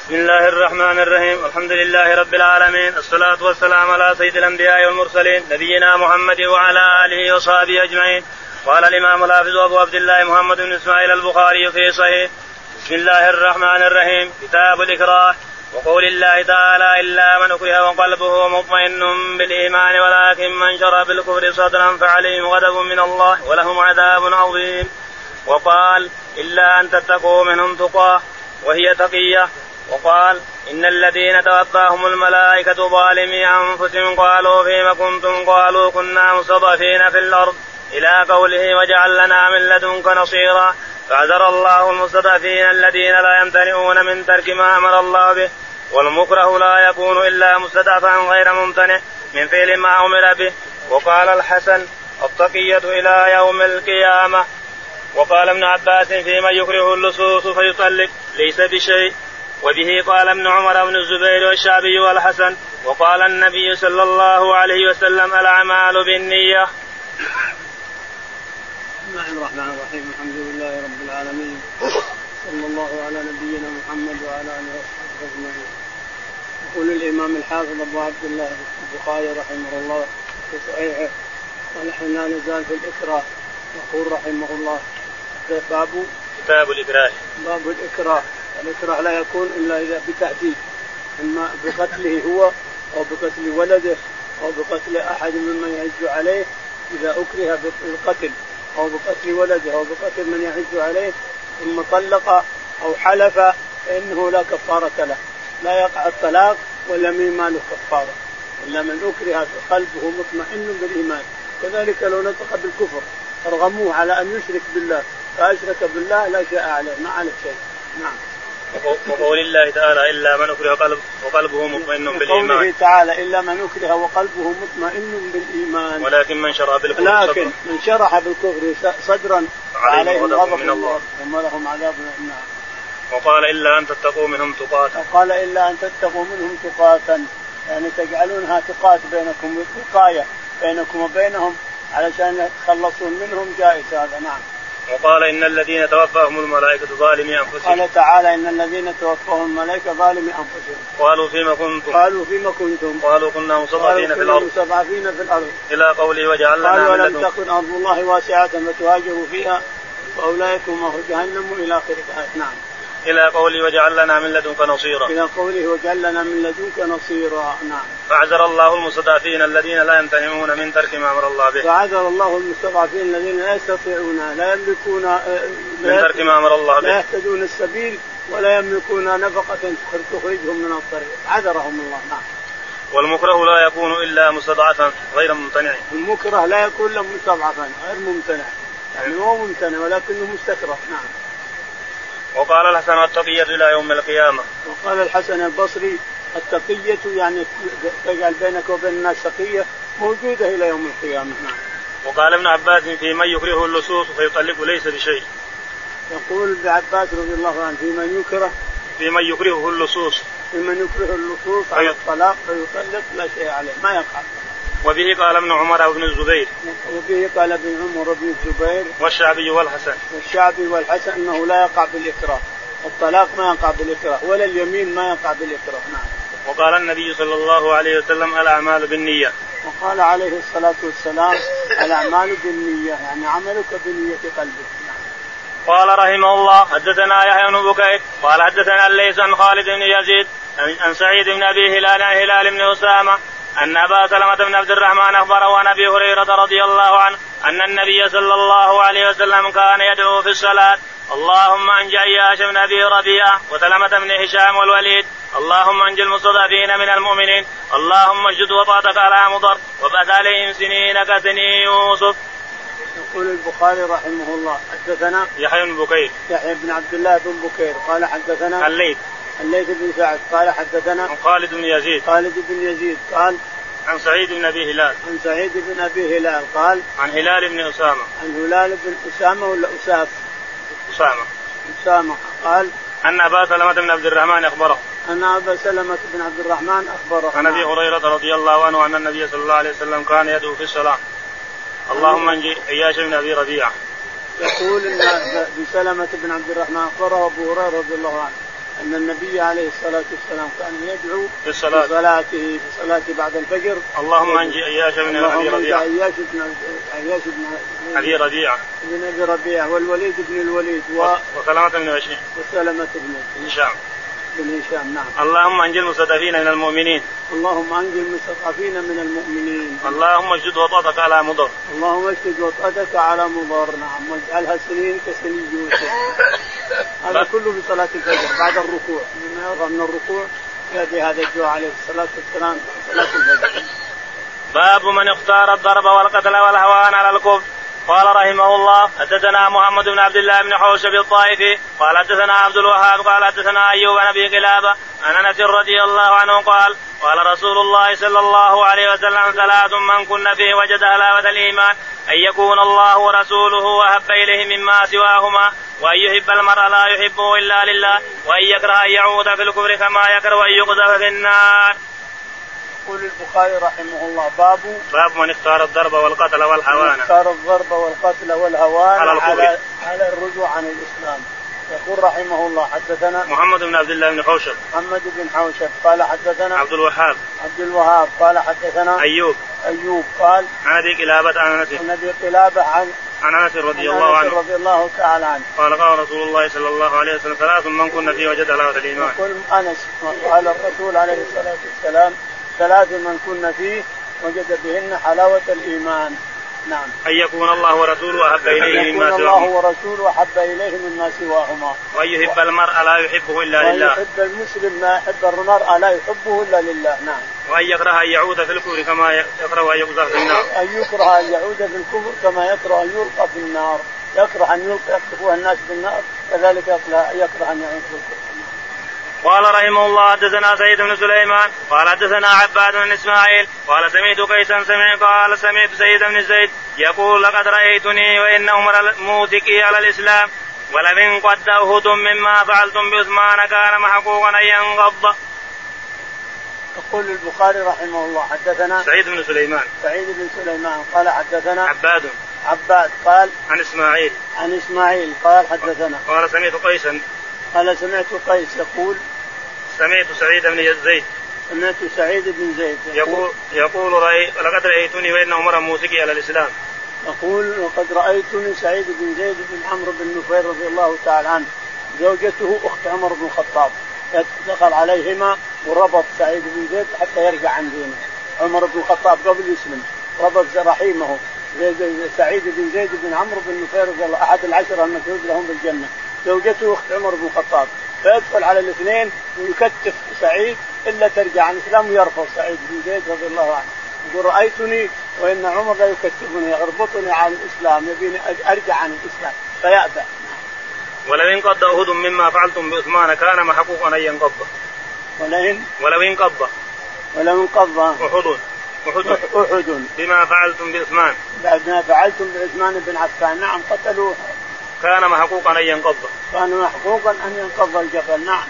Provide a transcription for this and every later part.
بسم الله الرحمن الرحيم. الحمد لله رب العالمين، الصلاة والسلام على سيد الأنبياء والمرسلين نبينا محمد وعلى آله وصحبه أجمعين. قال الإمام الحافظ أبو عبد الله محمد بن إسماعيل البخاري في صحيح. بسم الله الرحمن الرحيم. كتاب الإكراه. وقول الله تعالى: إلا من أكره وقلبه مطمئن بالإيمان ولكن من شرح بالكفر صدرا فعليهم غضب من الله ولهم عذاب عظيم. وقال: إلا أن تتقوا منهم تقاه وهي تقية. وقال: إن الذين توفاهم الملائكة ظالمي أنفسهم قالوا فيما كنتم قالوا كنا مستضعفين في الأرض إلى قوله: وجعل لنا من لدنك نصيرا. فعذر الله المستضعفين الذين لا يمتنعون من ترك ما أمر الله به. والمكره لا يكون إلا مستضعفا غير ممتنع من فعل ما أمر به. وقال الحسن: التقية إلى يوم القيامة. وقال ابن عباس: فيما يكره اللصوص فيطلق ليس بشيء. وبه قال ابن عمر بن الزبير والشعبي والحسن. وقال النبي صلى الله عليه وسلم: الأعمال بالنية. بسم الله الرحمن الرحيم. الحمد لله رب العالمين، صلى الله على نبينا محمد وعلى آله وصحبه أجمعين. يقول الإمام الحافظ أبو عبد الله البخاري رحمه الله في صحيحه: ونحن لا نزال في الإكراه. يقول رحمه الله: كتاب الإكراه. باب الإكراه. الإكراه لا يكون إلا إذا بتهديد، إما بقتله هو أو بقتل ولده أو بقتل أحد ممن يعز عليه إذا أكره بالقتل، أو بقتل ولده أو بقتل من يعز عليه ثم طلق أو حلف فإنه لا كفارة له، لا يقع الطلاق واليمين ما له كفارة إلا من أكره قلبه مطمئن بالإيمان. كذلك لو نطق بالكفر أرغموه على أن يشرك بالله فأشرك بالله لا شيء عليه، ما عليه شيء. نعم. وقول الله تعالى: إلا من أكره وقلبه مطمئن بالإيمان. قوله تعالى: إلا من أكره وقلبه مطمئن بالإيمان. ولكن من شرح بالكفر صدرا عليهم غضب من الله ولهم عذاب. نعم. وقال: إلا أن تتقوا منهم تقاة. وقال: إلا أن تتقوا منهم تقاة، يعني تجعلونها تقاة بينكم، وقاية بينكم وبينهم علشان تخلصون منهم، جائز هذا. نعم. وقال: إن الذين توفاهم الملائكة ظالمي أنفسهم. قال تعالى: إن الذين توفاهم الملائكة ظالمي أنفسهم. قالوا فيما كنتم. قالوا كنا مستضعفين في الأرض إلى قوله: وجعل لنا من لدنك. قالوا: ولم تكن أرض الله واسعة فتهاجروا فيها فأولئك هم جهنم إلى آخر الآية. نعم. إلى قوله: وجعل لنا من لدنك نصيرا. إلى قوله: وجعل لنا من لدنك نصيرا. نعم. فعذر الله المستضعفين الذين لا يمتنعون من ترك ما أمر الله به. فعذر الله المستضعفين الذين لا يستطيعون لا يملكون من ترك ما أمر الله به، لا يهتدون السبيل ولا يملكون نفقة تخرجهم من الطريق، عذرهم الله. نعم. والمكره لا يكون إلا مستضعفا غير ممتنع. المكره لا يكون إلا مستضعفا غير ممتنع، يعني هو ممتنع ولكنه مستكره. نعم. وقال الحسن: التقية إلى يوم القيامة. وقال الحسن البصري: التقية يعني تجعل بينك وبين الناس تقية موجودة إلى يوم القيامة. نعم. وقال ابن عباس: في من يكره اللصوص فيطلق ليس بشيء. يقول ابن عباس رضي الله عنه: في من يكره اللصوص على الطلاق فيطلق لا شيء عليه، ما يقع. وبه قال ابن عمر بن الزبير. وبه قال ابن عمر بن الزبير والشعبي والحسن أنه لا يقع بالإكراه، الطلاق ما يقع بالإكراه ولا اليمين ما يقع بالإكراه. نعم. وقال النبي صلى الله عليه وسلم: الأعمال بالنية. وقال عليه الصلاة والسلام: الأعمال بالنية، يعني عملك بنية قلبك. نعم. قال رحمه الله: حدثنا يحيى بن بكير قال حدثنا الليث عن خالد بن يزيد عن سعيد بن أبي هلال عن هلال بن أسامة أن أبا سلمة بن عبد الرحمن أخبره عن أبي هريرة رضي الله عنه أن النبي صلى الله عليه وسلم كان يدعو في الصلاة: اللهم أنج عياش بن أبي ربيعة وسلمة بن هشام والوليد، اللهم أنج المستضعفين من المؤمنين، اللهم اشدد وطأتك على مضر وبعث عليهم سنين كسني يوسف. يقول البخاري رحمه الله: حدثنا يحيى بن عبد الله بن بكير قال حدثنا الليث بن سعد قال حدثنا خالد بن يزيد قال عن سعيد بن أبي هلال قال عن هلال بن أسامة ولا أسامة قال أن أبا سلمة بن عبد الرحمن أخبره عن أبي هريرة رضي الله عنه أن النبي صلى الله عليه وسلم كان يدعو في الصلاة: اللهم انجي عياش بن أبي ربيعة. يقول إن بسلمة بن عبد الرحمن أخبره أبو هريرة رضي الله عنه أن النبي عليه الصلاة والسلام كان يدعو في صلاته بعد الفجر: اللهم أنجي عياش بن أبي ربيعة بن أبي ربيعة والوليد بن الوليد وسلمة بن هشام. نعم. اللهم أنجي المستضعفين من المؤمنين. اللهم اشدد وطأتك على مضر. نعم. واجعلها سنين كسنين يوسف. هذا كله في صلاة الفجر بعد الركوع. لما يرغب من الركوع يأتي هذا الدعاء عليه الصلاة والسلام صلاة الفجر. باب من اختار الضرب والقتل والهوان على الكفر. قال رحمه الله: حدثنا محمد بن عبد الله بن حوشب الطائفي قال حدثنا عبد الوهاب قال حدثنا أيوب بن أبي قلابة عن أنس رضي الله عنه قال: قال رسول الله صلى الله عليه وسلم: ثلاث من كن فيه وجد حلاوة الإيمان: أن يكون الله ورسوله أحب إليه مما سواهما، وأن يحب المرء لا يحبه إلا لله، وأن يكره أن يعود في الكفر كما يكره أن يقذف في النار. يقول البخاري رحمه الله: باب من اختار الضرب والقتل والهوان. اختار الضرب والقتل والهوان على الرجوع عن الإسلام. يقول رحمه الله: حدثنا محمد بن عبد الله بن حوشب قال حدثنا عبد الوهاب قال حدثنا أيوب قال عن أبي قلابة عن أنس رضي الله تعالى عنه قال: قال رسول الله صلى الله عليه وسلم: ثلاث من كن فيه وجد حلاوة الإيمان. يقول أنس: قال الرسول عليه الصلاة والسلام: ثلاث من كن فيه وجد بهن حلاوة الإيمان. نعم. أن يكون الله ورسوله أحب إليه مما سواهما. وأن يحب المرء لا يحبه إلا لله. وأن يحب المسلم لا يحب المرء لا يحبه إلا لله. نعم. وأن يكره أن يعود في الكفر كما يكره أن يقذف في النار. أن يكره أن يعود في الكفر كما يكره أن يلقى في النار. يكره أن يقذفه الناس في النار كذلك يكره أن يعود في الكفر. قال رحمه الله: حدثنا سعيد بن سليمان قال حدثنا عباد بن إسماعيل قال سمعت قيسا سمعت سعيد بن زيد يقول: لقد رأيتني وإن عمر موثقي على الإسلام، ولمن قد أهد مما فعلتم بعثمان كان محقوقا أن ينقض. يقول البخاري رحمه الله: حدثنا سعيد بن سليمان قال حدثنا عباد قال عن إسماعيل قال حدثنا قال سمعت قيس يقول: سمعت سعيد بن زيد يقول لقد رأيتني وإن عمر موثقي على الإسلام. يقول: وقد رأيتني سعيد بن زيد بن عمرو بن نفير رضي الله تعالى عنه زوجته أخت عمر بن الخطاب دخل عليهما وربط سعيد بن زيد حتى يرجع عن دينه. عمر بن الخطاب قبل يسلم ربط رحيمه سعيد بن زيد بن عمرو بن نفير رضي الله، أحد العشرة المشهود لهم بالجنة، زوجته أخت عمر بن الخطاب، فيدخل على الاثنين ويكتف سعيد إلا ترجع عن الإسلام ويرفض سعيد بن زيد رضي الله عنه. يقول: رأيتني وإن عمر لا يكتفني يربطني على الإسلام يبيني أرجع عن الإسلام فيأبى. ولئن قد أهد مما فعلتم بعثمان كان محقوقا أن ينقض. ولئن قض أحد بما فعلتم بعثمان بعد ما فعلتم بعثمان بن عفان. نعم. قتلوه كان محقوقا أن ينقض الجبل. نعم.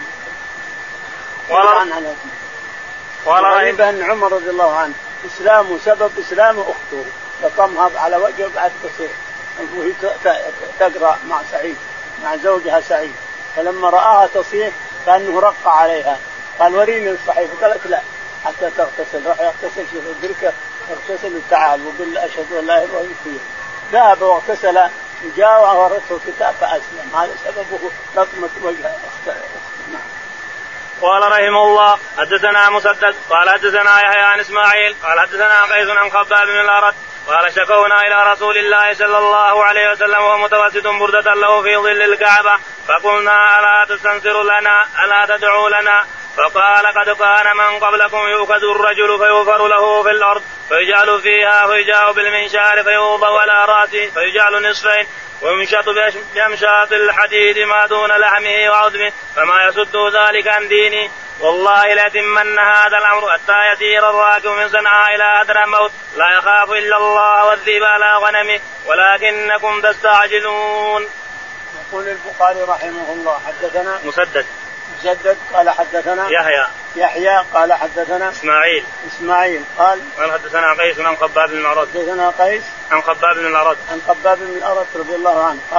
قال أن عمر رضي الله عنه سبب إسلامه أخته فقامها على وجهه بعد تصيح وهي تقرأ مع سعيد مع زوجها سعيد، فلما رآها تصيح كأنه رق عليها قال: وريني الصحيفة. قالت: لا حتى تغتسل. راح يغتسل في البركة اغتسل وتعال وقل: أشهد أن لا إله إلا الله. ذهب واغتسل جاء وورثه الكتاب فأسلم. هذا سببه لطمة وجه أخته. قال رحمه الله: حدثنا مسدد قال حدثنا يحيى عن إسماعيل قال حدثنا قيس عن خباب بن الأرد قال: شكونا إلى رسول الله صلى الله عليه وسلم وهو متوسد بردة له في ظل الكعبة، فقلنا: ألا تستنصر لنا ألا تدعو لنا؟ فقال: قد كان من قبلكم يؤخذ الرجل فيوفر له في الأرض فيجعل فيها فيجاء بالمنشار فيوضع على رأسه فيجعل نصفين ويمشط بأمشاط الحديد ما دون لحمه وعظمه فما يسد ذلك عن ديني، والله لأتمن هذا الأمر حتى يسير الراكب من صنعاء إلى حضرموت لا يخاف إلا الله والذئب على غنمه ولكنكم تستعجلون. يقول البخاري رحمه الله: حدثنا مسدد قال حدثنا يحيى قال حدثنا إسماعيل قال حدثنا قيس عن خباب بن الأرد عن خباب بن الأرد رضي الله عنه قال: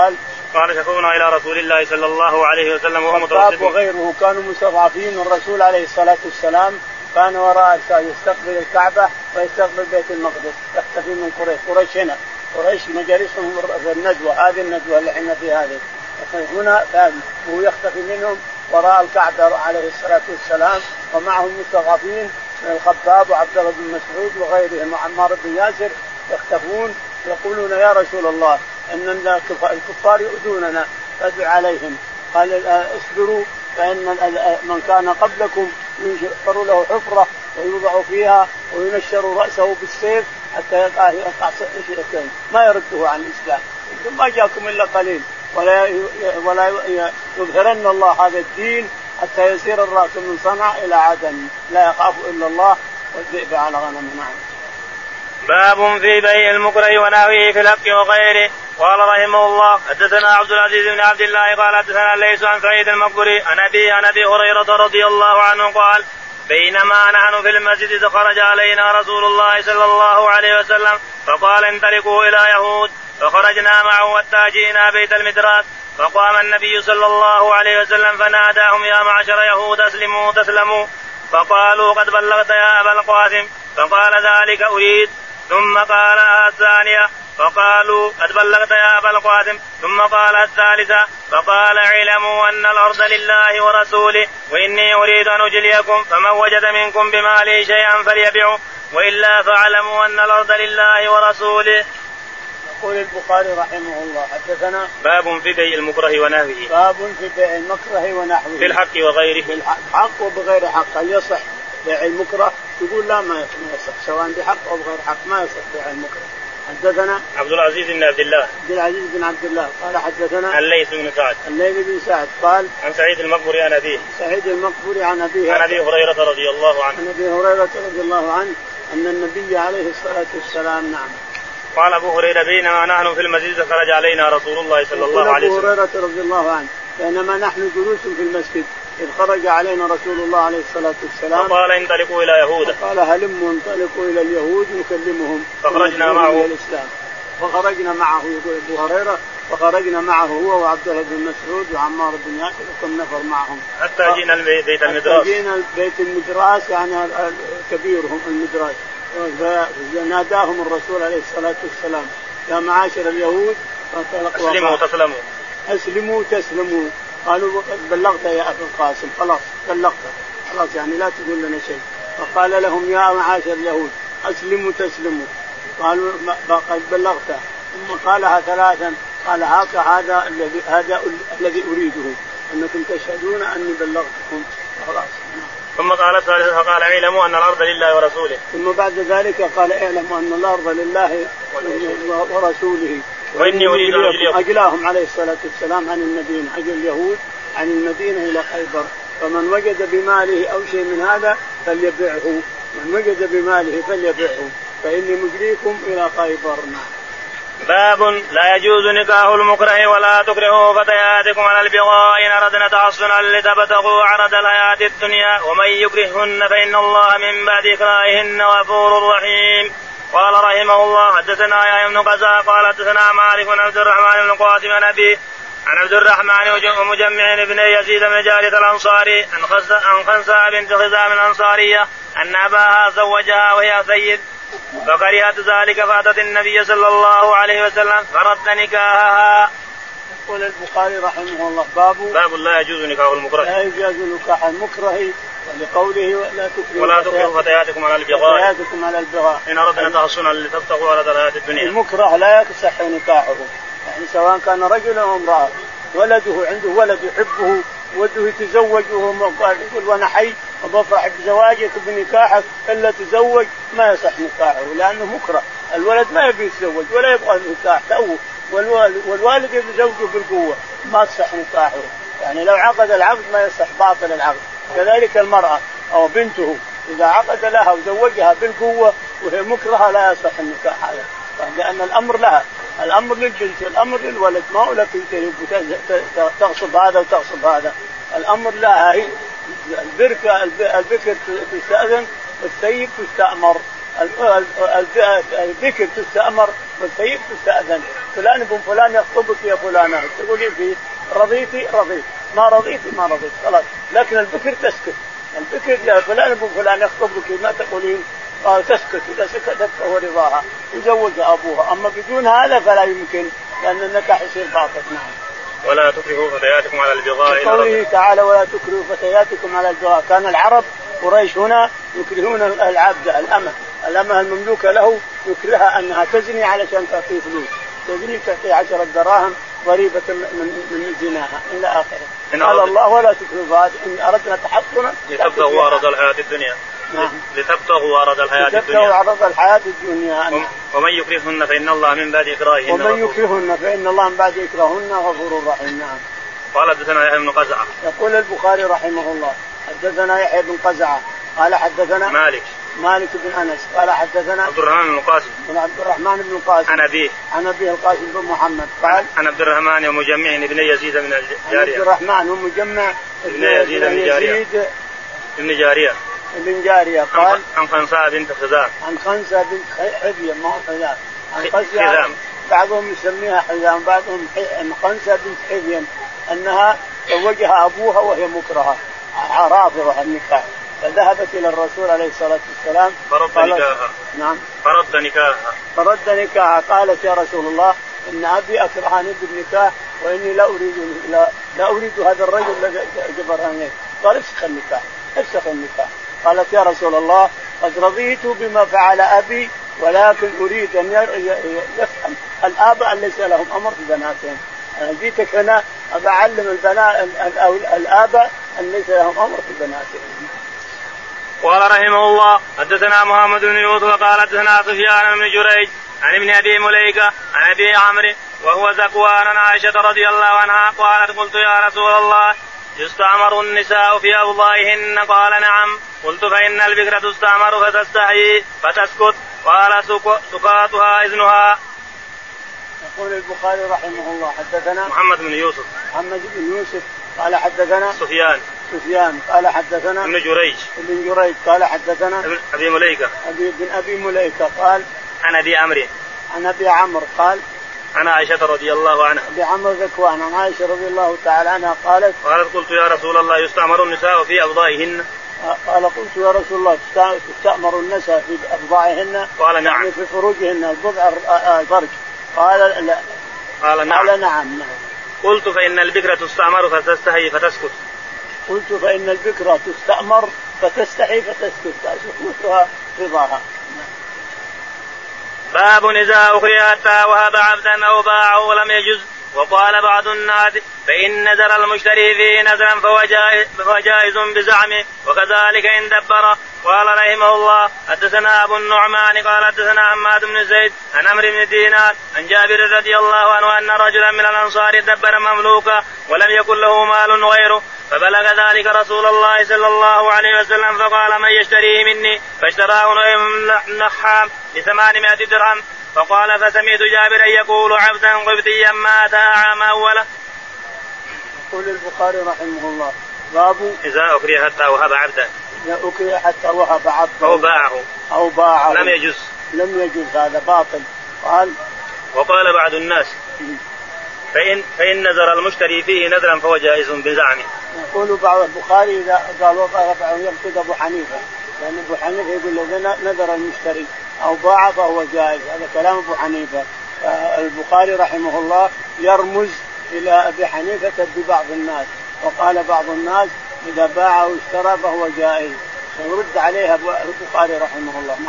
قال شكونا إلى رسول الله صلى الله عليه وسلم وهو متوسط. وغيره كانوا مستضعفين، والرسول عليه الصلاة والسلام كان وراء يستقبل الكعبة ويستقبل بيت المقدس، يختفي من قريش هنا، قريش مجالسهم في الندوة، هذه الندوة اللي احنا في هذه هنا، وهو يختفي منهم وراء الكعبة عليه الصلاة والسلام، ومعهم مستضعفين الخباب وعبد الله بن مسعود وغيرهم وعمار بن ياسر يختفون، يقولون يا رسول الله ان الكفار يؤذوننا فادع عليهم. قال اصبروا فان من كان قبلكم يحفر له حفرة ويوضع فيها وينشر رأسه بالسيف حتى يقع ما يرده عن الإسلام، ثم ما جاءكم إلا قليل، ولا يظهرن الله هذا الدين حتى يسير الرأس من صنعاء إلى عدن، لا يخاف إلا الله والذئب على غنم. باب في بيع المكره ونحوه في الحق وغيره. قال رحمه الله حدثنا عبد العزيز بن عبد الله قال حدثنا ليس عن سعيد المقبري عن ابي هريره رضي الله عنه قال بينما نحن في المسجد خرج علينا رسول الله صلى الله عليه وسلم فقال انطلقوا الى يهود، فخرجنا معه حتى جئنا بيت المدراس، فقام النبي صلى الله عليه وسلم فناداهم يا معشر يهود اسلموا تسلموا، فقالوا قد بلغت يا ابا القاسم، فقال ذلك اريد، ثم قال الثانية فقالوا قد بلغت يا أبا القاسم، ثم قال الثالثة فقال اعلموا أن الأرض لله ورسوله وإني أريد أن أجليكم، فمن وجد منكم بماله شيئا فليبيعه وإلا فاعلموا أن الأرض لله ورسوله. يقول البخاري رحمه الله حدثنا باب في بيع المكره ونحوه. باب في بيع المكره ونحوه. في الحق وغيره. في الحق وبغير حق. هل يصح بيع المكره؟ يقول لا ما يصح، سواء بحق أو بغير حق ما يصح بيع المكره. حدثنا عبد العزيز بن عبد الله. عبد العزيز بن عبد الله قال حدثنا الليث بن سعد. الليث بن سعد قال عن سعيد المقبري عن أبيه. سعيد المقبري عن أبيه. عن أبي هريرة رضي الله عنه. عن أبي هريرة رضي الله عنه أن النبي عليه الصلاة والسلام نعم. قال أبو هريرة بينما نحن في المسجد خرج علينا رسول الله صلى الله عليه وسلم. أبو هريرة رضي الله عنه بينما نحن جلوس في المسجد إذ خرج علينا رسول الله عليه الصلاة والسلام فقال انطلقوا إلى يهود. قال هلموا انطلقوا إلى اليهود نكلمهم. فخرجنا معه الإسلام. فخرجنا معه يقول أبو هريرة فخرجنا معه هو وعبد الله بن مسعود وعمار بن ياسر وكم نفر معهم حتى جينا بيت المدراس. جينا بيت المدراس يعني كبيرهم المدراس، ناداهم الرسول عليه الصلاة والسلام يا معاشر اليهود اسلموا تسلموا. اسلموا تسلموا. قالوا بلغت يا أبا القاسم، خلاص بلغت خلاص يعني لا تقول لنا شيء. فقال لهم يا معاشر اليهود اسلموا تسلموا، قالوا قد بلغت، ثم قالها ثلاثا قال هذا الذي أريده أنكم تشهدون أني بلغتكم خلاص. ثم قال ثالثا فقال اعلموا أن الأرض لله ورسوله. ثم بعد ذلك قال اعلموا أن الأرض لله ورسوله وإني أريد أن أجليكم. أجلاهم عليه الصلاة والسلام عن المدينة، أجل اليهود عن المدينة إلى خيبر، فمن وجد بماله أو شيء من هذا فليبيعه، من وجد بماله فليبيعه فإني مجريكم إلى خيبر. باب لا يجوز نكاح المكره ولا تكرهوا فتياتكم على البغاء إن أردنا تحصنا لتبتغوا عرض الحياة الدنيا ومن يكرهن فإن الله من بعد إكراههن غفور رحيم. قال رحمه الله حدثنا يحيى بن قزاع قال حدثنا مالك بن عبد الرحمن بن القاسم عن أبيه عن عبد الرحمن ومجمع بن يزيد بن جارية الأنصاري عن خنساء بنت خزام الأنصارية أن أباها زوجها وهي سيد فكرهت ذلك فأتت النبي صلى الله عليه وسلم فرد نكاحها. يقول البخاري رحمه الله باب لا يجوز نكاح المكره. لا يجوز نكاح المكره ولقوله ولا تكرهوا فتياتكم على البغاء إن أردنا تحصنا لتبتغوا عرض الحياة الدنيا. المكره لا يصح نكاحه، يعني سواء كان رجل أو امرأة، ولده عنده ولد يحبه وده يتزوج وهو يقول وانا حي وبفرح بزواجك بنكاحك الا تزوج، ما يصح نكاحه لانه مكره. الولد ما يبي يتزوج ولا يبغى النكاح توه، والوالد يبي زوجه بالقوه، ما يصح نكاحه. يعني لو عقد العقد ما يصح، باطل العقد. كذلك المرأة او بنته اذا عقد لها وزوجها بالقوه وهي مكرهه لا يصح النكاح هذا، لان الامر لها، الامر للبنت والامر للولد، ما هو لك تغصب هذا وتغصب هذا، الامر لها هي. البكر تستأذن والثيب تستأمر، البكر تستأمر والثيب تستأذن، فلان ابن فلان يخطبك يا فلانة تقولين فيه رضيتي رضيت ما رضيتي ما رضيت خلاص. لكن البكر تسكت. البكر يا فلان ابن فلان يخطبك ما تقولين تسكت. إذا سكتت فهو رضاها يزوجها أبوها. أما بدون هذا فلا يمكن لأن النكاح يصير باطل. نعم. ولا تكرهوا فتياتكم على البغاء. قوله تعالى ولا تكرهوا فتياتكم على البغاء. كان العرب قريش هنا يكرهون العبد الأمة المملوكة له يكرهها أنها تزني علشان تعطيه فلوس. تزني تعطي 10 دراهم ضريبة من زناها إلى آخره. قال الله ولا تكرهوا إن أردنا تحصنا لتبتغوا عرض الحياة الدنيا. نعم. لتبتغوا عرض الحياة الدنيا. لتبتغوا عرض الحياة الدنيا. ومن يكرهن فإن الله من بعد إكراههن. ومن يكرهن فإن الله من بعد إكراههن غفور رحيم. نعم. قال حدثنا يحيى بن قزعة. يقول البخاري رحمه الله حدثنا يحيى بن قزعة قال حدثنا مالك بن أنس قال حدثنا عبد الرحمن بن القاسم عن أبيه القاسم بن محمد قال عن عبد الرحمن ومجمع بن يزيد من الجارية. عبد الرحمن ومجمع بن يزيد بن جارية قال عن خنساء بنت خزام. عن خنساء بنت حزام ما هو خزام. عن خزام بعضهم يسميها حزام بعضهم خنساء بنت حزام أنها زوجها أبوها وهي مكرهة رافضة النكاح فذهبت إلى الرسول عليه الصلاة والسلام فرد نكاحها. قالت يا رسول الله إن أبي أكرهني بالنكاح وإني لا أريد هذا الرجل الذي جبرني. قال افسخ النكاح. قالت يا رسول الله قد رضيت بما فعل أبي ولكن أريد أن يفهم الآباء ليس لهم أمر في بناتهم. أنا جيتك هنا أعلم الآباء أن ليس لهم أمر في بناتهم. قال رحمه الله حدثنا محمد بن يوسف قال حدثنا سفيان بن جريج عن ابن أبي مليكة عن أبي عمرو وهو ذكوان عن عائشة رضي الله عنها قالت قلت يا رسول الله يستعمر النساء في أوضاعهن؟ قال نعم. قلت فإن البكرة تستعمر فتستحيي فتسكت. قال سكاتها إذنها. يقول البخاري رحمه الله حدثنا محمد بن يوسف قال حدثنا سفيان قال حدثنا ابن جريج قال حدثنا ابن أبي مليكة قال عن أبي عمرو قال عن عائشة رضي الله عنها. أبي عمرو ذكوان عن عائشة رضي الله تعالى عنها قالت قلت يا رسول الله يستعمر النساء في أبضائهن؟ قال قلت يا رسول الله تستعمر النساء في أبضائهن؟ قال نعم. يعني في فروجهن البضع الفرج. قال لا. قال نعم. قال نعم. قلت فإن البكرة تستعمر فتستحي فتسكت. قلت فإن البكرة تستأمر فتستحي فتسكت. سكوتها رضاها. باب إذا أكره حتى وهب عبدا أو باعه لم يجز. وقال بعض الناس فإن نذر المشتري فيه نذرا فهو جائز بزعمه وكذلك إن دبره. قال رحمه الله حدثنا أبو النعمان قال حدثنا حماد بن زيد عن عمرو بن دينار عن جابر رضي الله عنه أن رجلا من الأنصار دبر مملوكا ولم يكن له مال غيره فبلغ ذلك رسول الله صلى الله عليه وسلم فقال من يشتريه مني؟ فاشتراه النحام ب800 درهم. فقال فسمعت جابرا يقول عبدا قبطيا مات عام أوله. يقول البخاري رحمه الله باب إذا أكره حتى وهب عبدا إذا أكره حتى وهب عبدا أو باعه لم يجوز هذا باطل. وقال بعض الناس فإن نذر المشتري فيه نذرا فهو جائز بزعمه. يقول بعض البخاري إذا قالوا يقصد أبو حنيفة لأن أبو حنيفة يقول إذا نذر المشتري أو باع فهو جائز. هذا كلام أبو حنيفة. البخاري رحمه الله يرمز إلى أبي حنيفة ببعض الناس. وقال بعض الناس إذا باع أو اشترى فهو جائز. يرد عليها البخاري رحمه الله.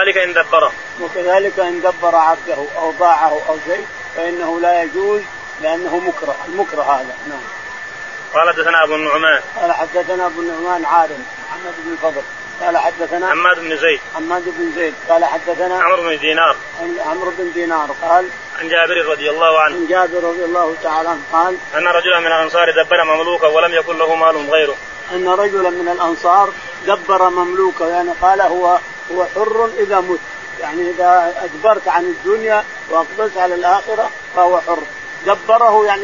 وكذلك إن دبر عبده أو باعه أو شيء فإنه لا يجوز لأنه المكره هذا. نعم. قال حدثنا أبو النعمان قال حدثنا أبو النعمان عارم محمد بن الفضل قال حدثنا حماد بن زيد قال حدثنا عمرو بن دينار قال عن جابر رضي الله تعالى عنه قال أن رجلا من الأنصار دبر مملوكا ولم يكن له مال غيره. أن رجلا من الأنصار دبر مملوكا يعني قال هو حر إذا مت يعني إذا أجبرت عن الدنيا وأقبلت على الآخرة فهو حر. دبره يعني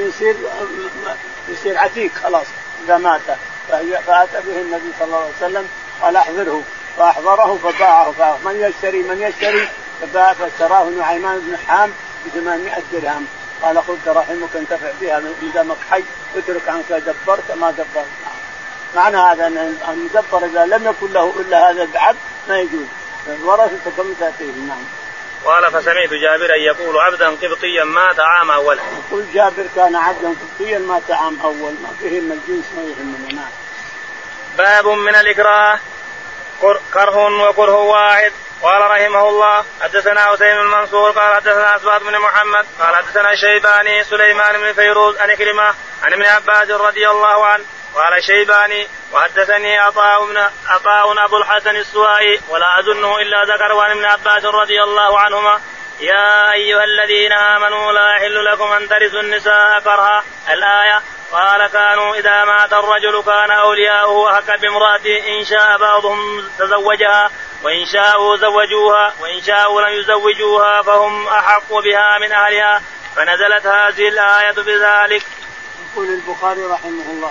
يصير عتيق خلاص إذا مات. فأتى به النبي صلى الله عليه وسلم قال أحضره فأحضره فباعه. من يشتري فاشتراه نعيمان بن حام ب800 درهم. قال خذ دراهمك انتفع بها من دمك حي اترك عنك دبرت ما دبرت. معنى هذا أن يدبر إذا لم يكن له إلا هذا العبد ما يجوز الورثة كم تأتيه. نعم. قال فسمعت جابرا يقول عبدا قبطيا مات عام أول. يقول جابر كان عبدا قبطيا مات عام أول ما فيه من الجنس ما يهمنا. نعم. باب من الإكراه كره وكره واحد. قال رحمه الله حدثنا حسين المنصور قال حدثنا أسباط بن محمد قال حدثنا الشيباني سليمان بن فيروز عن كرمة عن ابن عباس رضي الله عنه قال الشيباني وحدثني عطاء أبو الحسن السوائي ولا أظنه إلا ذكر عن ابن عباس رضي الله عنهما يا أيها الذين آمنوا لا يحل لكم أن ترثوا النساء كرها الآية. قال كانوا إذا مات الرجل كان أولياؤه أحق بامرأته إن شاء بعضهم تزوجها وإن شاءوا زوجوها وإن شاءوا لم يزوجوها فهم أحق بها من أهلها فنزلت هذه الآية بذلك. يقول البخاري رحمه الله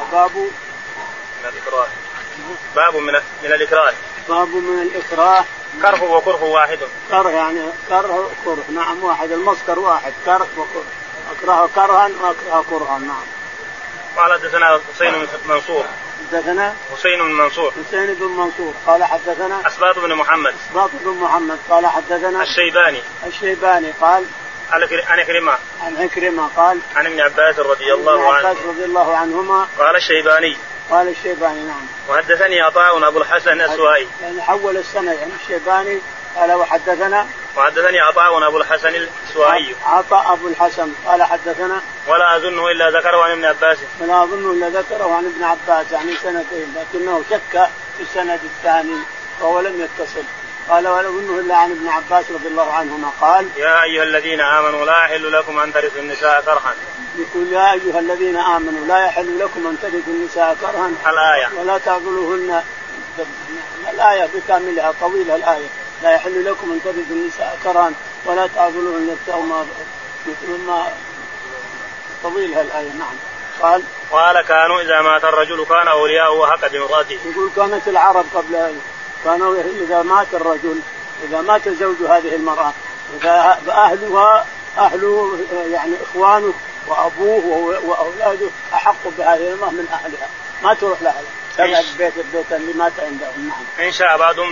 باب من الإكراه. باب من الإكراه كره وكره واحد. كره يعني كره كره. نعم. واحد المصدر واحد كره وكره. أكره كرها وأكره كرها. نعم. قال حدثنا حسين بن منصور حسين بن منصور قال حدثنا أسباط بن محمد قال حدثنا الشيباني قال عن عكرمة قال عن ابن عباس رضي الله عنهما قال الشيباني. نعم. وحدثني عطاء أبو الحسن السوائي يعني حول السنة يعني الشيباني قال وحدثني عطاء أبو الحسن السوائي عطاء أبو الحسن قال حدثنا ولا أظنه إلا ذكره عن ابن عباس يعني سنتين لكنه شك في السند الثاني وهو لم يتصل. قال ولا أظنه إلا عن ابن عباس رضي الله عنهما قال يا أيها الذين آمنوا لا يحل لكم أن ترثوا النساء كرها. يقول يا أيها الذين آمنوا لا يحل لكم أن ترثوا النساء كرها الآية. ولا تعضلوهن الآية بكاملها طويلة الآية لا يحل لكم أن ترثوا النساء كرها ولا تعضلوهن ما طويلها الآية. نعم. قال كانوا إذا مات الرجل كان أولياؤه أحق بامرأته. يقول كانت العرب قبل كانوا إذا مات الرجل إذا مات زوج هذه المرأة إذا أهله يعني إخوانه وأبوه وأولاده أحق بهذه المرأة من أهلها ما تروح لها تبعد البيت اللي مات عندهم. نعم. إن شاء بعضهم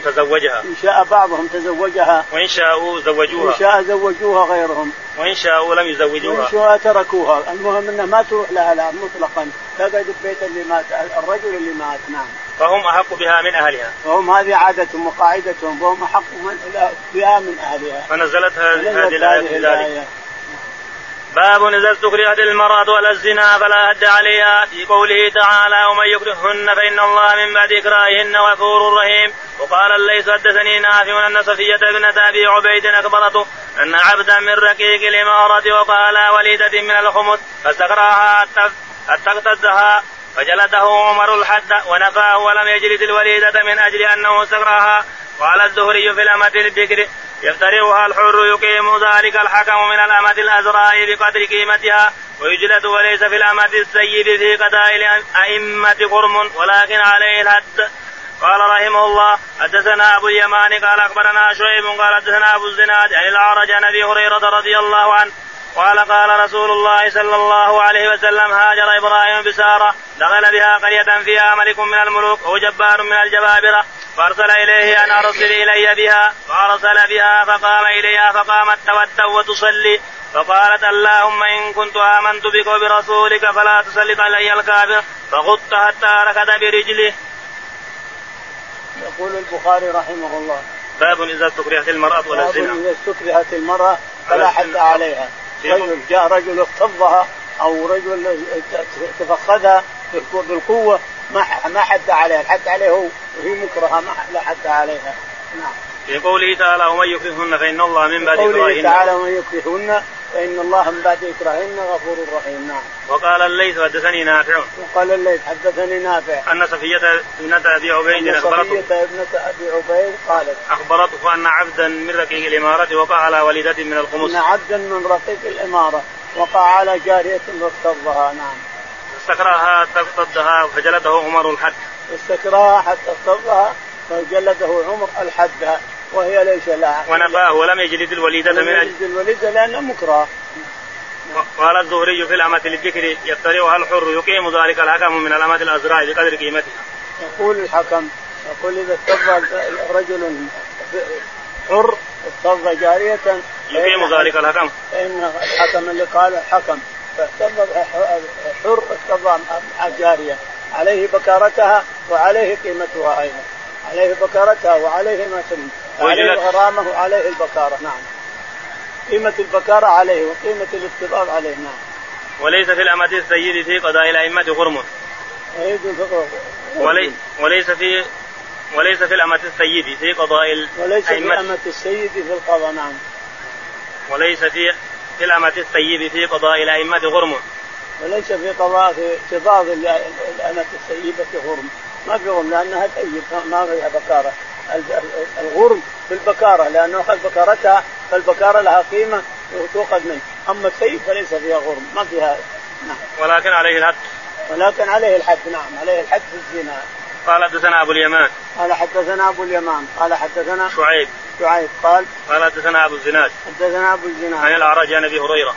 تزوجها وإن شاءوا زوجوها غيرهم وإن شاءوا لم يزوجوها وإن شاءوا تركوها. المهم أنها ما تروح لها مطلقا تبعد البيت اللي مات الرجل اللي مات. نعم. فهم أحق بها من أهلها. فهم هذه عادتهم وقاعدتهم فهم أحق بها من أهلها. فنزلت هذه الآية. باب إذا استكرهت المرأة على الزنا فلا حد عليها في قوله تعالى ومن يكرههن فإن الله من بعد إكراههن غفور رحيم. وقال الليث حدثني نافع أن صفية ابنة أبي عبيد أخبرته أن عبدا من رقيق الإمارة وقال وليدة من الخمس فاستكرهها حتى اقتدها فجلده عمر الحد ونفاه ولم يجلد الوليدة من أجل أنه استكرهها. قال الزهري في الأمة البكر يفترعها الحر يقيم ذلك الحكم من الأمة الأزراء بقدر قيمتها ويجلد وليس في الأمة السيب في قتائل أئمة قرم ولكن عليه الحد. قال رحمه الله حدثنا أبو اليمان قال أخبرنا شعيب قال حدثنا أبو الزناد عن الأعرج عن أبي هريرة رضي الله عنه قال رسول الله صلى الله عليه وسلم هاجر إبراهيم بسارة دخل بها قرية فيها ملك من الملوك أو جبار من الجبابرة فأرسل إليه أن أرسل إلي بها فأرسل بها فقام إليها فقامت تودع وتصلي فقالت اللهم إن كنت آمنت بك وبرسولك فلا تسلط علي الكافر فغط حتى ركض برجله. يقول البخاري رحمه الله باب إذا استكرهت المرأة ولا الزنا. إذا استكرهت المرأة فلا حد عليها. جاء رجل اغتظها أو رجل تفخذها بالقوة ما حد عليها الحد عليه وهي مكرهة لا حد عليها. نعم. في قوله تعالى ومن يكرههن فإن الله من بعد إكراههن غفور رحيم. نعم. وقال الليث حدثني نافع أن صفية ابنة أبي عبيد أخبرته أن عبدا من رقيق الإمارة وقع على والدة من الخمس. أن عبدا من رقيق الإمارة وقع على جارية واغتظها. نعم. استكرهها تقتضها فجلده عمر الحد. استكرهها حتى اغتظها فجلده عمر الحد وهي ليس لها. ونفاه ولم يجلد الوليدة من أجل الوليدة لأنها مكره. قال الزهري في الأمة البكر يفترقها الحر يقيم ذلك الحكم من الأمة الأزراء بقدر قيمتها. يقول الحكم يقول إذا استضى رجل حر استضى جارية يقيم ذلك الحكم، فإن الحكم اللي قال الحكم فاستضى حر استضى جارية عليه بكارتها وعليه قيمتها أيضا، عليه بكارتها وعليه ما سلم، عليه غرامه وعليه البكارة. نعم قيمة البكارة عليه وقيمة الاستضاء عليه. نعم. وليس في الأمة السيد في قضاء الأئمة غرم. وليس في الأمة السيد في قضاء الأئمة. وليس في الأمة السيد في القضاء. نعم. وليس في الأمة السيد في قضاء الأئمة غرم. وليس في قضاء الأمة السيدة غرم، ما في غرم لأنها سيد ما فيها بكارة. الغرم في البكارة لأنه أخذ بكارتها فالبكارة لها قيمة وتؤخذ منه، أما السيد فليس فيها غرم ما فيها. نعم. ولكن عليه الحد. ولكن عليه الحد. نعم عليه الحد في الزنا. قال حدثنا أبو اليمان. قال حدثنا أبو اليمان. قال حدثنا شعيب. قال حدثنا أبو الزناد. حدثنا أبو الزناد. عن الأعرج عن أبي هريرة.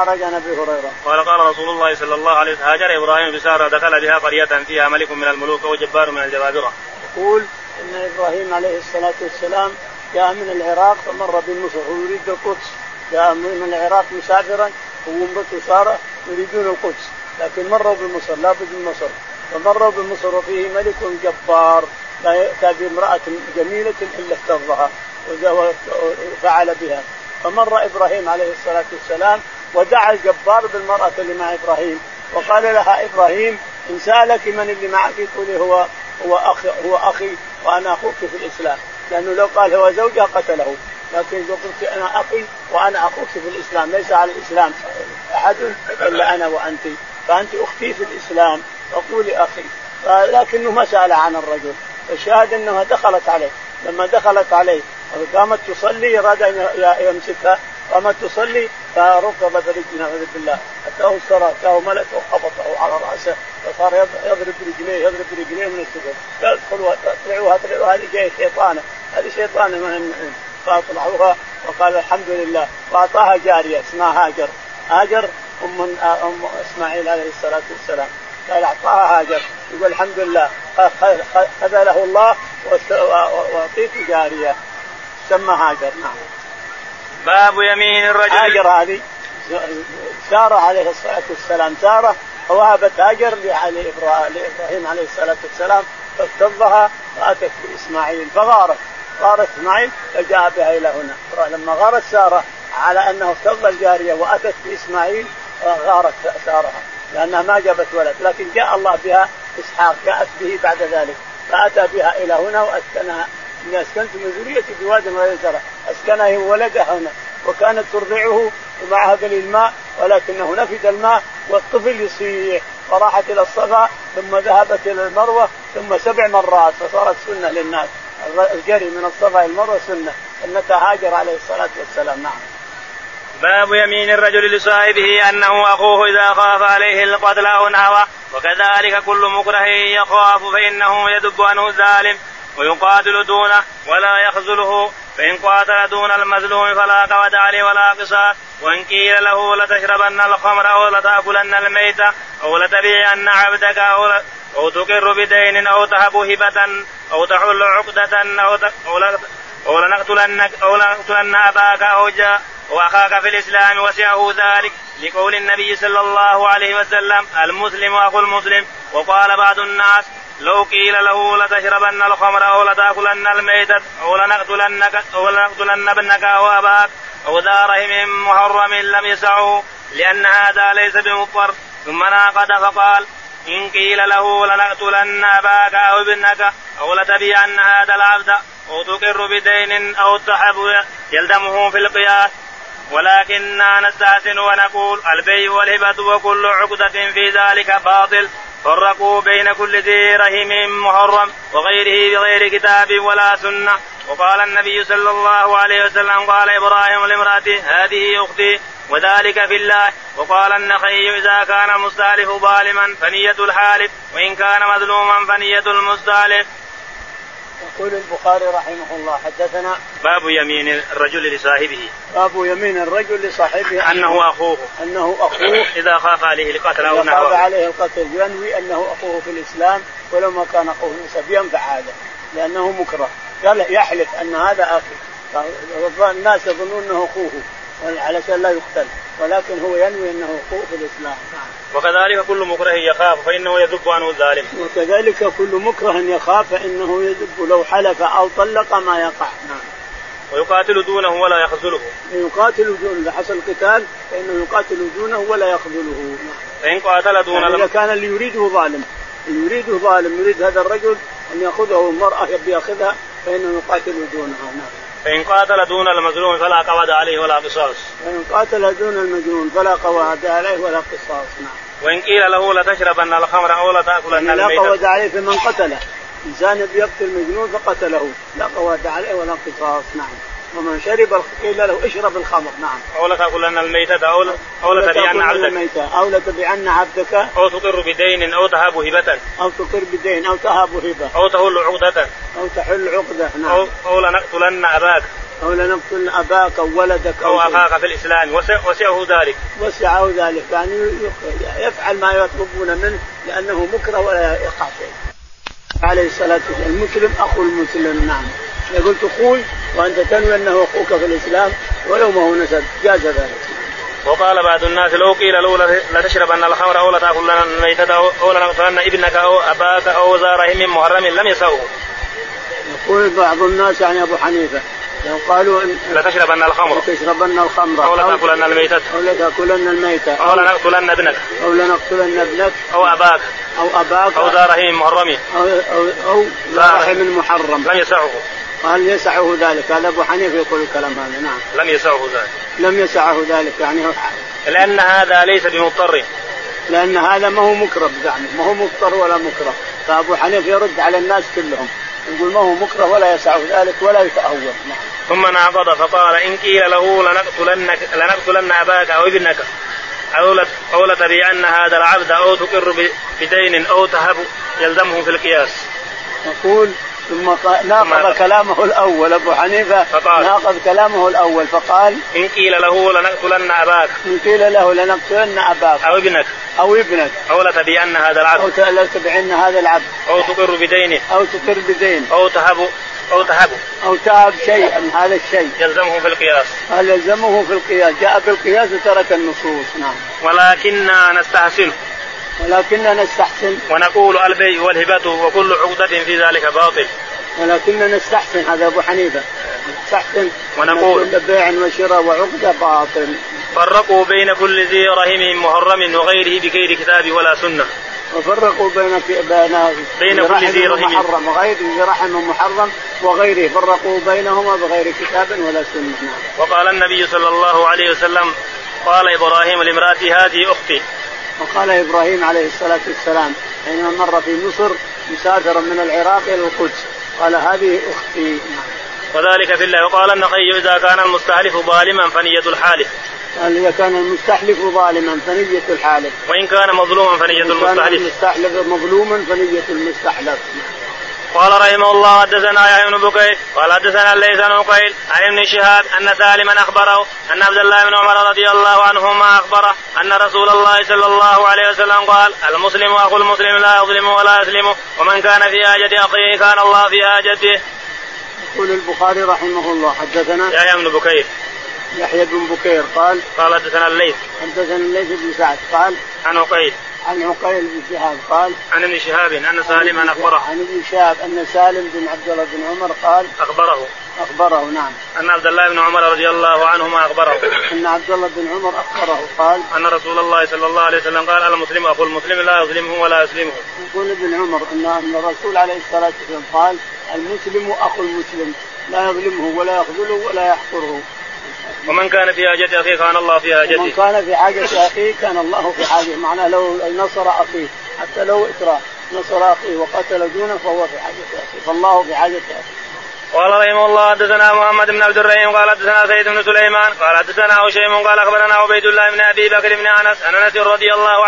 قال رسول الله صلى الله عليه وسلم هاجر إبراهيم بسارة دخل بها قرية فيها ملك من الملوك وجبار من الجبابرة. يقول إن إبراهيم عليه الصلاة والسلام جاء من العراق فمر بمصر ويريد القدس، جاء من العراق مسافرا وامرته سارة يريدون القدس لكن مروا بمصر لا بد من مصر، فمروا بمصر وفيه ملك جبار لا يأتى بامرأة جميلة إلا افتضها وفعل بها. فمر إبراهيم عليه الصلاة والسلام ودعا الجبار بالمرأة اللي مع إبراهيم وقال لها إبراهيم إن سألك من اللي معك قولي هو أخي وأنا أخوك في الإسلام، لأنه لو قال هو زوجها قتله، لكن لو قلت أنا أخي وأنا أخوك في الإسلام ليس على الإسلام أحد إلا أنا وأنت، فأنت أختي في الإسلام فقولي أخي. لكنه ما سأل عن الرجل، الشاهد أنها دخلت عليه، لما دخلت عليه قامت تصلي أراد أن يمسكها، قامت تصلي فركض برجلها بالله أتاه السراء أتاه ملك وخبطه على رأسه فصار يضرب رجليه من السجود، تدخلوا تطلعوها هذه جاي شيطانة، هذه شيطانة من فأطلعوها وقال الحمد لله، وأعطاها جارية اسمها هاجر أم إسماعيل عليه الصلاة والسلام، قال أعطاها هاجر يقول الحمد لله خذله الله وأعطيت جارية سمى هاجر. نعم. باب يمين الرجل. هاجر هذه سارة عليه الصلاة والسلام، سارة ووهبت هاجر لإبراهيم عليه الصلاة والسلام فافتضها وأتت بإسماعيل غارت إسماعيل فجاء بها إلى هنا. لما غارت سارة على أنه افتض الجارية وأتت بإسماعيل غارت سارها لأنها ما جابت ولد، لكن جاء الله بها إسحاق جاءت به بعد ذلك فأتى بها إلى هنا وأسكنها. إني أسكنت من ذريتي بواد غير زرع، أسكنها وولدها هنا وكانت ترضعه ومعها قليل الماء ولكنه نفد الماء والطفل يصيح، فراحت إلى الصفا ثم ذهبت إلى المروة ثم 7 مرات فصارت سنة للناس، الجري من الصفا إلى المروة سنة أنك هاجر عليه الصلاة والسلام. نعم. باب يمين الرجل لصاحبه أنه أخوه إذا خاف عليه القتل أو نهوه، وكذلك كل مكره يخاف فإنه يدب عنه الظالم ويقاتل دونه ولا يخذله، فإن قاتل دون المظلوم فلا قود عليه ولا قصاص، وإن قيل له لتشربن الخمر أو لتأكلن الميتة أو لتبيعن عبدك أو تقر بدين أو تهب هبة أو تحل عقدة أو لنقتلن أباك أو أخاك في الإسلام وسعه ذلك، لقول النبي صلى الله عليه وسلم المسلم أخو المسلم. وقال بعض الناس لو قيل له لتشربن الخمر أو لتأكلن الميتة أو لنقتلن ابنك أو أباك أو ذا رحم محرم لم يسعه لأن هذا ليس بمضطر، ثم ناقض فقال إن قيل له لنقتلن أباك أو ابنك أو لتبيعن هذا العبد أو تقر بدين أو تحب يلزمه في القياس، ولكننا نستحسن ونقول البيع والهبة وكل عقدة في ذلك باطل، فرقوا بين كل ذي رحم محرم وغيره بغير كتاب ولا سنة. وقال النبي صلى الله عليه وسلم قال إبراهيم لامرأته هذه أختي وذلك في الله. وقال النخعي إذا كان المستحلف ظالما فنية الحالف، وإن كان مظلوما فنية المستحلف. يقول البخاري رحمه الله حدثنا باب يمين الرجل لصاحبه. باب يمين الرجل لصاحبه أنه أخوه إذا خاف عليه القتل أو نحوه. خاف عليه القتل ينوي أنه أخوه في الإسلام ولو ما كان أخوه في الإسلام ينفع هذا لأنه مكره. قال يحلف أن هذا أخي الناس يظنون أنه أخوه علشان لا يقتل ولكن هو ينوي أنه أخوه في الإسلام. وكذلك كل مكره يخاف فإنه يذب عنه الظالم. وكذلك كل مكره يخاف فإنه يذب لو حلف أو طلق ما يقع. ويقاتل دونه ولا يخذله. يقاتل دونه إذا حصل قتال فإنه يقاتل دونه ولا يخذله. فإن قاتل دون إذا كان اللي يريده ظالم يريد هذا الرجل أن يأخذه المرأة يبي يأخذها فإنه يقاتل دونها. فإن قاتل دون المظلوم فلا قواد عليه ولا قصاص. فإن قاتل دون المجنون فلا قواد عليه ولا قصاص. وإن قيل له لتشربن الخمر أو لتأكلن الميتة. لا قواد عليه في من قتله. إنسان بيقتل مجنون فقتله لا قواد عليه ولا قصاص. ومن شرب قيل له اشرب الخمر. أو لتأكلن الميتة أو لتبيعن عبدك أو لتبيعن عبدك أو تقر بدين أو تهب هبة أو تحل عقدة أو لنقتلن أباك أو ولدك أو أخاك في الإسلام وسعه ذلك يعني يفعل ما يطلبون منه لأنه مكره ولا يقع شيء. عليه الصلاة والسلام المسلم أخو المسلم. يقول أخوي وأنت تنوي أنه أخوك في الإسلام ولو ما هو نسب جاز ذلك. وقال بعض الناس لو قيل له لتشربن الخمر أو لتأكلن الميتة أو لنقتلن ابنك أو أباك أو ذا رحم محرم لم يسوه. يقول بعض الناس يعني أبو حنيفة لو قالوا لتشربن الخمر أو لتأكلن الميتة أو لنقتلن ابنك أو أباك أو ذا رحم محرم أو ذا رحم محرم لم يسعه. هل يسعه ذلك؟ هذا أبو حنيفة يقول الكلام هذا. لم يسعه ذلك يعني لأن هذا ليس بمضطر لأن هذا ما هو مكره ما هو مضطر ولا مكره. فأبو حنيفة يرد على الناس كلهم يقول ما هو مكره ولا يسعه ذلك ولا يتأول. ثم نعقد فقال إن قيل له لنقتلن أباك أو ابنك أو لتبيعن هذا العبد أو تقر بدين أو تهب يلزمه في القياس. يقول ثم ناقض كلامه الأول أبو حنيفة ناقض كلامه الأول فقال إن قيل له لنقتلن أباك أو ابنك أو لتبيعن هذا العبد أو تقر بدينه أو تهب شيئا من هذا الشيء يلزمه في القياس. جاء بالقياس وترك النصوص. ولكننا نستحسن ونقول البيع والهبة وكل عقدة في ذلك باطل. ولكننا نستحسن هذا أبو حنيفة نستحسن ونقول بيع وشراء وعقدة باطل. فرقوا بين كل ذي رحم محرم وغيره بغير كتاب ولا سنة. وفرقوا بين كل ذي رحم وغير ذي رحم محرم وغيره فرقوا بينهما بغير كتاب ولا سنة. وقال النبي صلى الله عليه وسلم قال إبراهيم لامرأتي هذه أختي. وقال إبراهيم عليه الصلاة والسلام حينما مر في مصر مسافرا من العراق إلى القدس قال هذه أختي. وذلك في الله. وقال النقي إذا كان المستحلف ظالما فنية الحالف. قال إذا كان المستحلف ظالما فنية الحالف. وإن كان مظلوما فنية المستحلف. قال رحمه الله حدثنا يحيى بن بكير قال حدثنا الليث بن عقيل عن ابن شهاب أن سالما أخبره أن عبد الله بن عمر رضي الله عنهما أخبره أن رسول الله صلى الله عليه وسلم قال المسلم أخو المسلم لا يظلمه ولا يسلمه ومن كان في حاجة أخيه كان الله في حاجته. يقول البخاري رحمه الله حدثنا يحيى بن بكير قال حدثنا الليث بن سعد قال عن عقيل بن شهاب قال عن ابن شهاب أن سالما أخبره عن ابن شهاب أن سالم بن عبد الله بن عمر قال أخبره نعم أن عبد الله بن عمر رضي الله عنهما أخبره أن عبد الله بن عمر أخبره قال أن رسول الله صلى الله عليه وسلم قال المسلم أخو المسلم لا يظلمه ولا يسلمه. يقول ابن عمر أن الرسول عليه الصلاة والسلام قال المسلم أخو المسلم لا يظلمه ولا يخذله ولا يحقره. ومن كان في حاجة أخيه كان الله في حاجته. ومن كان في حاجة أخيه كان الله في حاجته. معناه لو نصر أخيه حتى لو إكراه نصر أخيه وقتل دونه فهو في حاجة أخيه فالله في حاجة أخيه. قال رحمه الله حدثنا محمد بن عبد الرحيم قال حدثنا سيد بن سليمان قال حدثنا هشيم قال أخبرنا عبيد الله بن أبي بكر بن أنس رضي الله عنه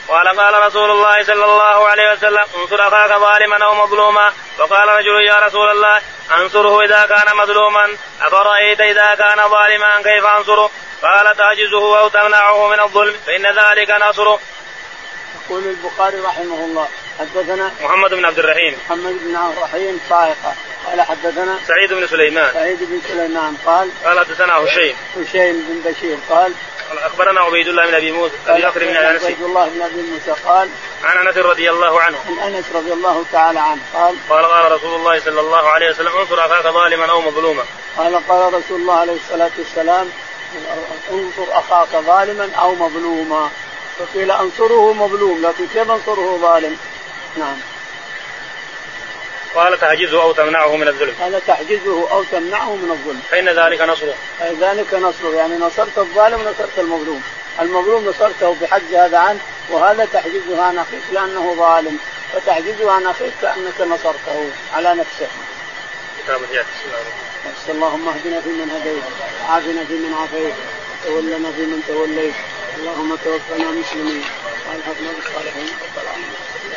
قال قال رسول الله صلى الله عليه وسلم انصر أخاك ظالما أو مظلوما. وقال رجل يا رسول الله أنصره إذا كان مظلوما أفرأيت إذا كان ظالما كيف أنصره؟ قال تعجزه أو تمنعه من الظلم فإن ذلك نصره. يقول البخاري رحمه الله حدثنا محمد بن عبد الرحيم صاعقة قال حدثنا سعيد بن سليمان قال حدثنا هشيم بن بشير قال أخبرنا عبيد الله بن أبي موسى عبيد الله بن أبي موسى قال عن أنس رضي الله عنه عن أنس رضي الله تعالى عنه قال رسول الله صلى الله عليه وسلم انصر أخاك ظالما أو مظلوما. قال رسول الله عليه الصلاة والسلام انصر أخاك ظالما أو مظلوما. فقيل انصره مظلوم لكن كيف انصره ظالم؟ نعم. قال تحجزه أو تمنعه من الظلم. فإن ذلك نصره. يعني نصرت الظالم ونصرت المظلوم نصرته بحجز هذا عنه، وهذا تحجزه عن أخيك لأنه ظالم، فتحجزه عن أخيك كأنك نصرته على نفسه. اللهم اهدنا فيمن هديت، عافنا فيمن عافيت، تولنا فيمن توليت، اللهم توفنا مسلمين والحقنا بالصالحين.